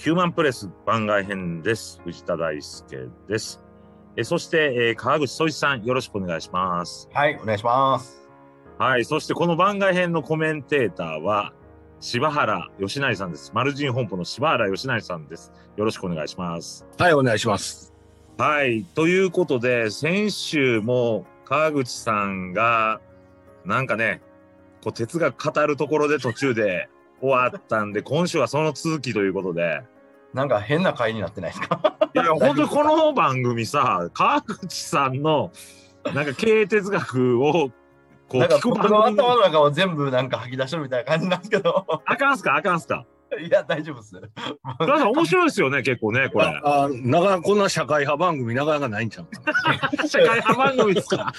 ヒューマンプレス番外編です。藤田大輔です。そして、川口総一さん、よろしくお願いします。 はい、お願いします。 はい。そして、この番外編のコメンテーターは、柴原義成さんです。マルジン本舗の柴原義成さんです。よろしくお願いします。 はい、お願いします。 はい。ということで、先週も川口さんが、なんかね、こう哲学語るところで途中で終わったんで、今週はその続きということで。 なんか変な回になってないですか？ いや、本当にこの番組さ、川口さんの、なんか経営哲学を、こうなんか聞く僕の番組。 頭の中を全部なんか吐き出してるみたいな感じなんですけど。 あかんすかあかんすか。 いや、大丈夫です。 だから面白いですよね、結構ね、これ。 なかなかこんな社会派番組なかなかないんちゃうかな。 社会派番組ですか。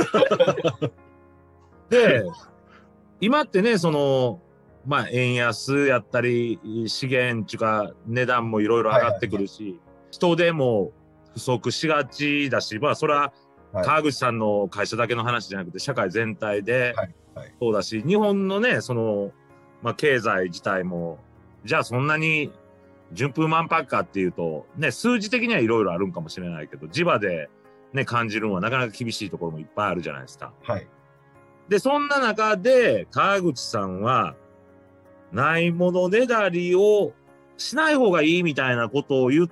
で、今ってね、まあ、円安やったり、資源っていうか、値段もいろいろ上がってくるし、人手も不足しがちだし、まあ、それは、川口さんの会社だけの話じゃなくて、社会全体でそうだし、日本のね、まあ、経済自体も、じゃあそんなに順風満帆かっていうと、ね、数字的にはいろいろあるんかもしれないけど、地場でね、感じるのはなかなか厳しいところもいっぱいあるじゃないですか。 はい。 で、そんな中で、川口さんは、ないものねだりをしない方がいいみたいなことを言って、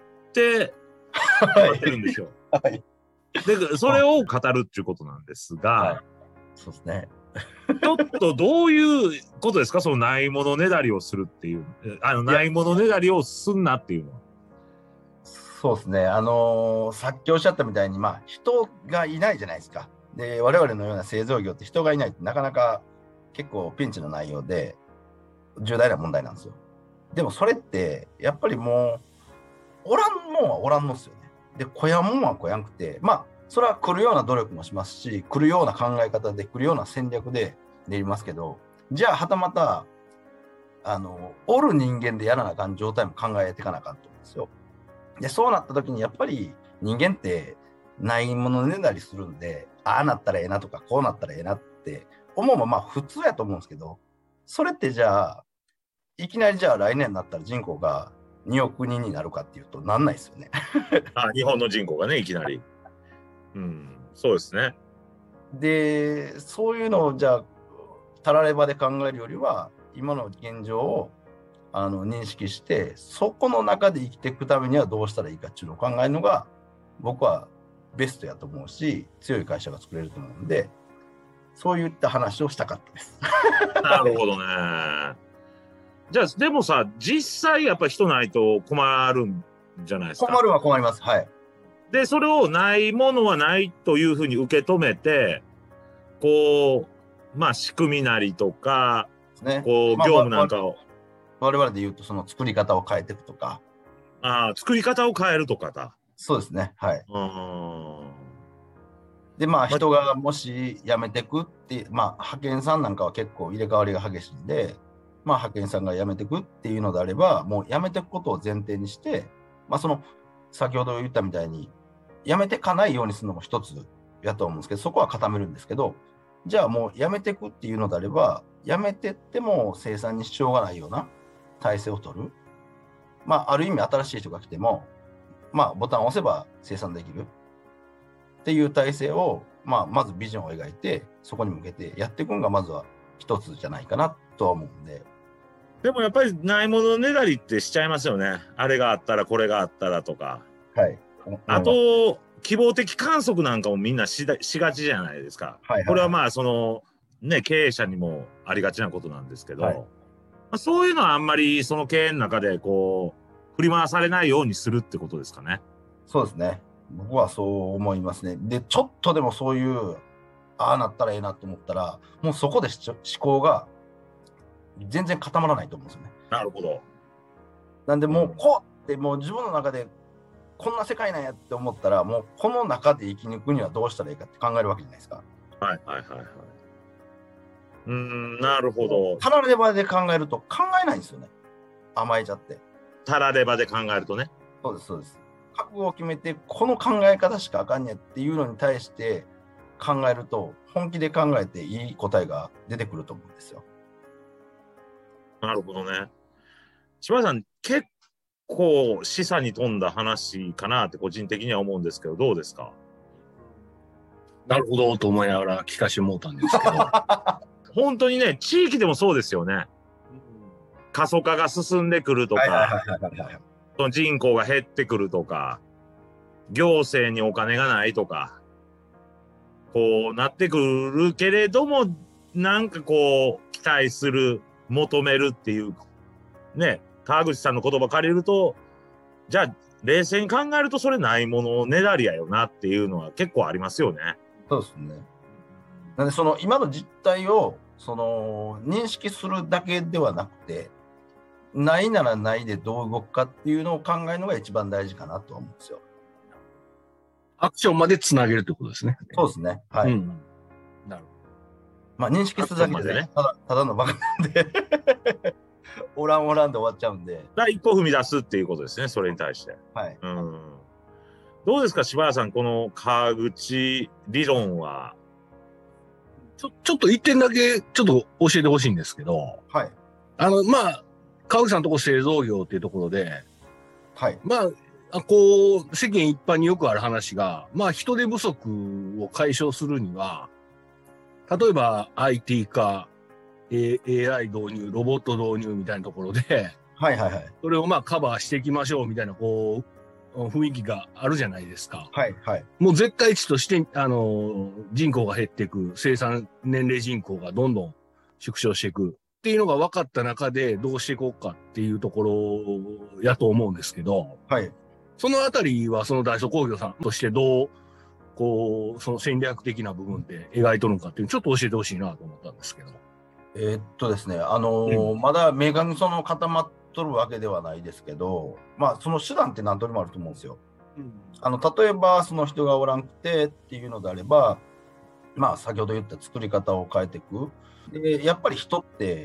やってるんですよ。 はい。 で、それを語るっていうことなんですが、 はい、そうですね。 ちょっとどういうことですか、そのないものねだりをするっていう。ないものねだりをすんなっていうのは。 そうですね。さっきおっしゃったみたいに、まあ、人がいないじゃないですか。で、我々のような製造業って人がいないってなかなか結構ピンチの内容で、重大な問題なんですよ。でもそれって、やっぱりもう、おらんもんはおらんのっすよね。で、来やんもんは来やんくて、まあ、それは来るような努力もしますし、来るような考え方で、来るような戦略で練りますけど、じゃあ、はたまた、おる人間でやらなあかん状態も考えていかなあかんと思うんですよ。で、そうなった時に、やっぱり人間ってないものねだりするんで、ああなったらええなとか、こうなったらええなって思うのもまあ普通やと思うんですけど、それってじゃあ、いきなりじゃあ来年になったら人口が2億人になるかっていうとなんないですよね。 日本の人口がね、いきなり。うん、そうですね。 で、そういうのをじゃあ、たらればで考えるよりは、今の現状を認識して、そこの中で生きていくためにはどうしたらいいかっていうのを考えるのが、僕はベストやと思うし、強い会社が作れると思うんで、そういった話をしたかったです。 なるほどね。じゃあ、でもさ、実際やっぱり人ないと困るんじゃないですか。 困るは困ります。はい。 で、それをないものはないというふうに受け止めて、こう、まあ仕組みなりとか、 ね、 こう、業務なんかを。 我々で言うと、その作り方を変えていくとか。 作り方を変えるとかだ。 そうですね。はい。で、まあ、人がもし辞めていくって、まあ、派遣さんなんかは結構入れ替わりが激しいんで、まあ、派遣さんが辞めていくっていうのであれば、もう辞めていくことを前提にして、まあ、先ほど言ったみたいに、辞めていかないようにするのも一つやと思うんですけど、そこは固めるんですけど、じゃあもう辞めていくっていうのであれば、辞めてっても生産に支障がないような体制を取る。まあ、ある意味新しい人が来ても、まあ、ボタンを押せば生産できる。っていう体制を、まあ、まずビジョンを描いて、そこに向けてやっていくのがまずは一つじゃないかなとは思うんで。 でもやっぱりないものねだりってしちゃいますよね。あれがあったらこれがあったらとか。 はい。 あと、希望的観測なんかもみんなしがちじゃないですか。これはまあ、ね、経営者にもありがちなことなんですけど、まあ、そういうのはあんまりその経営の中でこう、振り回されないようにするってことですかね。 そうですね。僕はそう思いますね。で、ちょっとでもそういう、ああなったらええなと思ったら、もうそこで思考が全然固まらないと思うんですよね。 なるほど。 なんでもう、こうってもう自分の中でこんな世界なんやって思ったら、もうこの中で生き抜くにはどうしたらいいかって考えるわけじゃないですか。 はいはいはいはい。なるほど。 たらればで考えると考えないんですよね。甘えちゃって。 たらればで考えるとね。 そうです、そうです。覚悟を決めて、この考え方しかあかんねっていうのに対して考えると、本気で考えていい答えが出てくると思うんですよ。 なるほどね。柴田さん、結構示唆に富んだ話かなって個人的には思うんですけど、どうですか？ なるほどと思いながら聞かしてもうたんですけど。 本当にね、地域でもそうですよね。過疎化が進んでくるとはいはいか、 はいはいはい。 その人口が減ってくるとか、行政にお金がないとか、こうなってくるけれども、なんかこう、期待する、求めるっていう、ね、川口さんの言葉借りると、じゃあ、冷静に考えるとそれないものねだりやよなっていうのは結構ありますよね。 そうですね。なんでその今の実態を認識するだけではなくて、ないならないでどう動くかっていうのを考えるのが一番大事かなと思うんですよ。 アクションまでつなげるってことですね。 そうですね。はい。 なるほまあ認識するだけで、ね、ただのバカなんでオランで終わっちゃうんで。 一歩踏み出すっていうことですね、それに対して。 はい。 どうですか、柴谷さん、この川口理論は。 ちょっと一点だけちょっと教えてほしいんですけど、 はい。 まあ、川口さんのとこ製造業っていうところで、 はい。 まあ、こう、世間一般によくある話が、まあ、人手不足を解消するには、例えば IT 化、AI 導入、ロボット導入みたいなところで、 はいはいはい。 それをまあカバーしていきましょうみたいな、こう、雰囲気があるじゃないですか。 はいはい。 もう絶対値として、人口が減っていく、生産年齢人口がどんどん縮小していくっていうのが分かった中でどうしていこうかっていうところやと思うんですけど、 はい。 そのあたりはその大祖工業さんとしてどう、こう、その戦略的な部分で描いとるのかっていうちょっと教えてほしいなと思ったんですけど。 ですね、まだ明確に固まっとるわけではないですけど、まあ、その手段って何通りもあると思うんですよ。例えば、その人がおらんくてっていうのであれば、まあ、先ほど言った作り方を変えていく。で、やっぱり人って、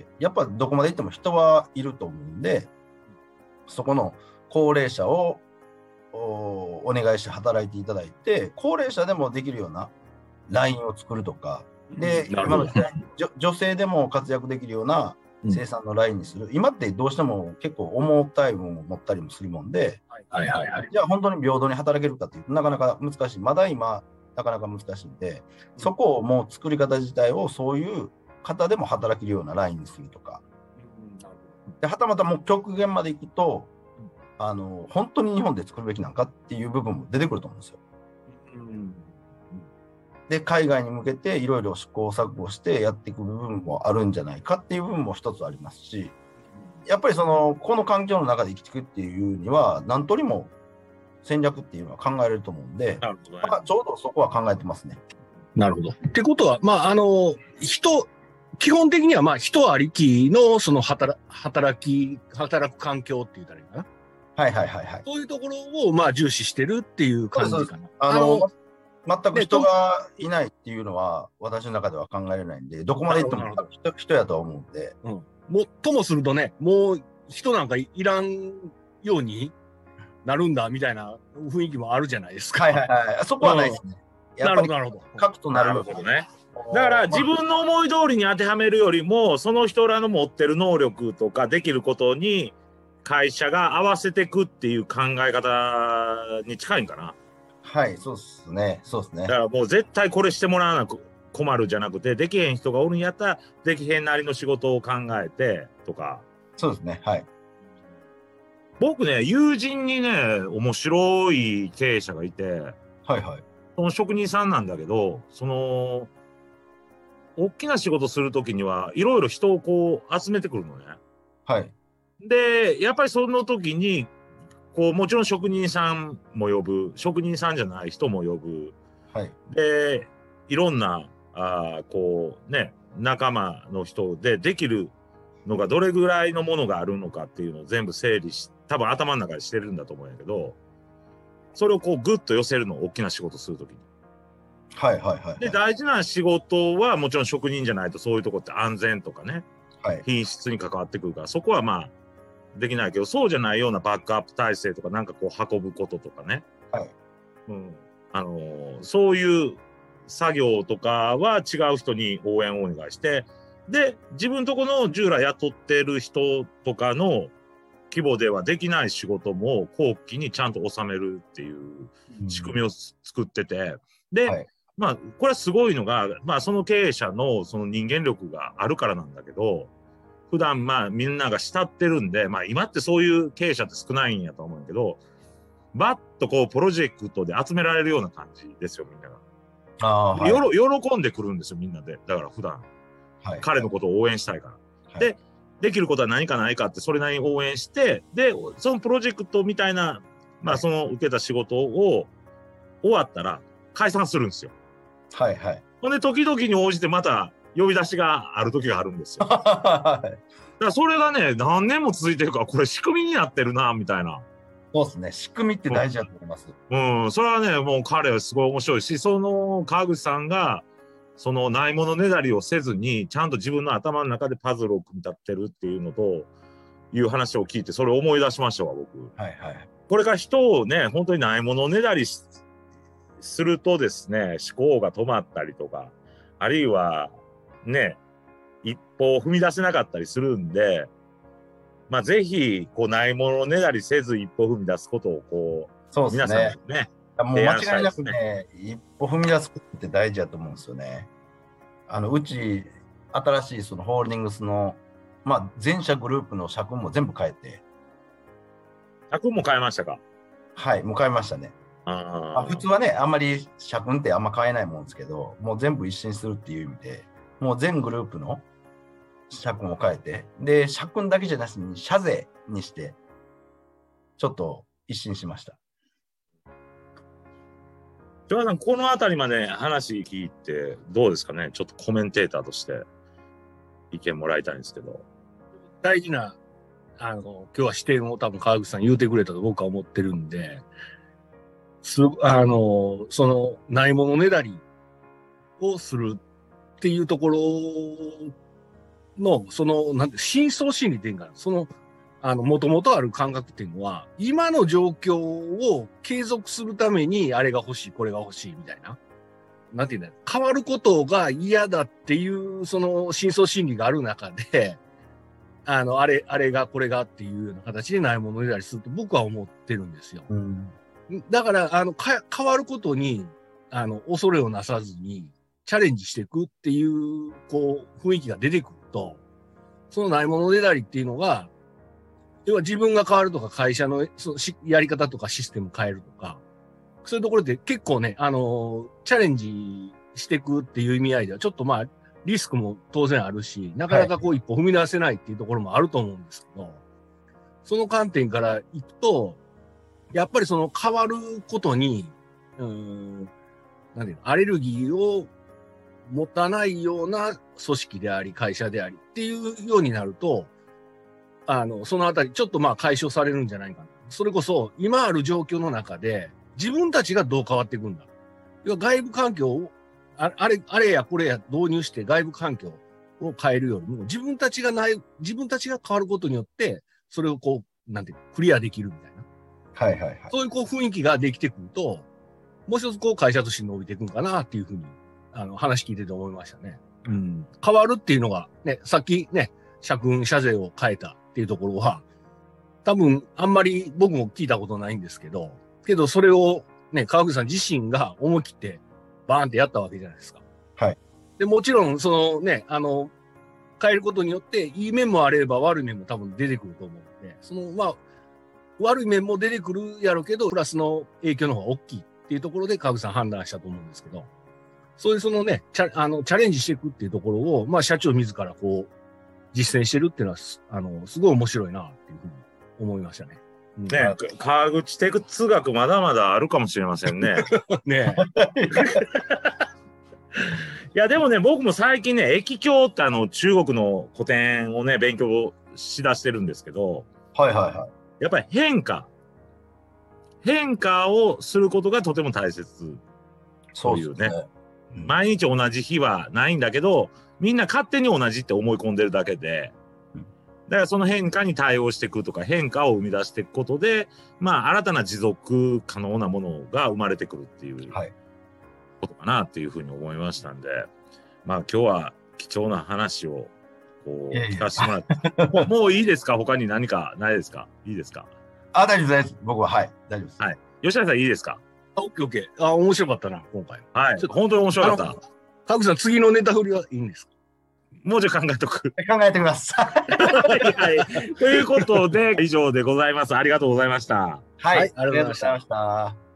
やっぱどこまで行っても人はいると思うんで、そこの高齢者をお願いして働いていただいて、高齢者でもできるようなラインを作るとか、で、今の時代、女性でも活躍できるような生産のラインにする。今ってどうしても結構重たい分を持ったりもするもんで、じゃあ本当に平等に働けるかっていうとなかなか難しい。まだ今、なかなか難しいんで、そこをもう作り方自体をそういう方でも働けるようなラインにするとか。で、はたまたもう極限までいくと、本当に日本で作るべきなんかっていう部分も出てくると思うんですよ。で、海外に向けていろいろ試行錯誤してやっていく部分もあるんじゃないかっていう部分も一つありますし、やっぱりこの環境の中で生きていくっていうには、何通りも戦略っていうのは考えられると思うんで、 なるほどね。 まあ、ちょうどそこは考えてますね。 なるほど。ってことは、まあ、基本的には、まあ、人ありきの、その働く環境って言ったらいいかな。 はいはいはいはい。 そういうところを、まあ、重視してるっていう感じかな。 全く人がいないっていうのは、私の中では考えられないんで、どこまで行っても人やとは思うんで。 ともするとね、もう人なんかいらんようになるんだみたいな雰囲気もあるじゃないですか。 はいはいはい。そこはないですね。 なるほど。 核となるほどね。だから自分の思い通りに当てはめるよりも、その人らの持ってる能力とかできることに会社が合わせていくっていう考え方に近いんかな。 はい、そうですね。そうですね。 だからもう絶対これしてもらわなく困るじゃなくて、できへん人がおるんやったら、できへんなりの仕事を考えてとか。 そうですね。はい。 僕ね、友人にね、面白い経営者がいて、 はいはい。 その職人さんなんだけど、大きな仕事するときにはいろいろ人をこう集めてくるのね。 はい。 で、やっぱりその時に、こう、もちろん職人さんも呼ぶ、職人さんじゃない人も呼ぶ。 はい。 で、いろんな、こうね、仲間の人でできるのがどれぐらいのものがあるのかっていうのを全部整理し、多分頭の中でしてるんだと思うんやけど、それをこうグッと寄せるの、大きな仕事するときに。 はいはいはい。 で、大事な仕事はもちろん職人じゃないとそういうとこって安全とかね、 はい、 品質に関わってくるから、そこはまあ、できないけど、そうじゃないようなバックアップ体制とか、なんかこう運ぶこととかね。 はい。 そういう作業とかは違う人に応援をお願いして、で、自分とこの従来雇ってる人とかの規模ではできない仕事も後期にちゃんと収めるっていう仕組みを作ってて、で、 はい、 まあこれはすごいのが、まあその経営者のその人間力があるからなんだけど、普段まあみんなが慕ってるんで、まあ今ってそういう経営者って少ないんやと思うんやけど、バッとこうプロジェクトで集められるような感じですよ、みんなが。喜んでくるんですよ、みんなで。だから普段、彼のことを応援したいから。で、できることは何かないかってそれなりに応援して、で、そのプロジェクトみたいな、まあその受けた仕事を終わったら解散するんですよ。 はいはい。 ほんで、時々に応じてまた呼び出しがある時があるんですよ。だからそれがね、何年も続いてるから、これ仕組みになってるな、みたいな。 そうですね。仕組みって大事だと思います。 それはね、もう彼はすごい面白いし、その川口さんが、そのないものねだりをせずに、ちゃんと自分の頭の中でパズルを組み立ってるっていうのと、いう話を聞いて、それを思い出しましたわ、僕。 はいはい。 これから人をね、本当にないものねだりするとですね、思考が止まったりとか、あるいは、ね、一歩を踏み出せなかったりするんで、まあ、ぜひ、こう、ないものねだりせず一歩踏み出すことを、こう、 そうですね。 皆さんにね、 もう間違いなくね、一歩踏み出すことって大事だと思うんですよね。うち、新しいそのホールディングスの、まあ、全社グループの社訓も全部変えて。 社訓も変えましたか？ はい、もう変えましたね。普通はね、あんまり社訓ってあんま変えないもんですけど、もう全部一新するっていう意味で、もう全グループの社訓を変えて、で、社訓だけじゃなしに社税にして、ちょっと一新しました。 ジョアさん、このあたりまで話聞いてどうですかね？ちょっとコメンテーターとして意見もらいたいんですけど。 大事な、今日は視点を多分川口さん言うてくれたと僕は思ってるんで、そのないものねだりをするっていうところの、なんて、深層心理っていうか、もともとある感覚っていうのは、今の状況を継続するために、あれが欲しい、これが欲しい、みたいな。なんていうんだろう。変わることが嫌だっていう、その深層心理がある中で、あれが、これがっていうような形でないものねだりすると僕は思ってるんですよ。だから、変わることに、恐れをなさずに、チャレンジしていくっていう、こう、雰囲気が出てくると、そのないものねだりっていうのが、要は自分が変わるとか、会社のやり方とかシステム変えるとか、そういうところで結構ね、チャレンジしていくっていう意味合いでは、ちょっとまあ、リスクも当然あるし、なかなかこう一歩踏み出せないっていうところもあると思うんですけど、その観点からいくと、やっぱりその変わることに、なんていうの、アレルギーを持たないような組織であり、会社でありっていうようになると、そのあたり、ちょっとまあ解消されるんじゃないかな。それこそ、今ある状況の中で、自分たちがどう変わっていくんだ。要は外部環境を、あれやこれや導入して外部環境を変えるよりも、自分たちが変わることによって、それをこう、なんていうクリアできるみたいな。 はいはいはい。 そういうこう雰囲気ができてくると、もう一つこう会社として伸びていくんかなっていうふうに、話聞いてて思いましたね。変わるっていうのが、ね、さっきね、社税を変えたっていうところは、多分あんまり僕も聞いたことないんですけど、それをね、川口さん自身が思い切ってバーンってやったわけじゃないですか。 はい。 で、もちろん、変えることによって、いい面もあれば悪い面も多分出てくると思うので、まあ、悪い面も出てくるやろうけど、プラスの影響の方が大きいっていうところで川口さん判断したと思うんですけど、そういうチャレンジしていくっていうところを、まあ、社長自らこう、実践してるっていうのは、すごい面白いなっていうふうに思いましたね。 ね、川口哲学まだまだあるかもしれませんね。 ねいや、でもね、僕も最近ね、易経って中国の古典をね、勉強しだしてるんですけど、 はいはいはい。 やっぱり変化をすることがとても大切。そういうね。毎日同じ日はないんだけど、みんな勝手に同じって思い込んでるだけで、だからその変化に対応していくとか、変化を生み出していくことで、まあ、新たな持続可能なものが生まれてくるっていうことかなっていうふうに思いましたんで、まあ、今日は貴重な話をこう、 いやいや聞かせてもらって。もういいですか？他に何かないですか？いいですか？ あ、大丈夫です。僕は、はい、大丈夫です。 はい吉田さんいいですか？ オッケーオッケー。あ、面白かったな、今回。 はいちょっ。と本当に面白かった。 かぐさん、次のネタ振りはいいんですか？ もうちょい考えとく。 考えてみます。 はいはい。ということで、以上でございます。ありがとうございました。 はい、 はいありがとうございましたありがとうございました。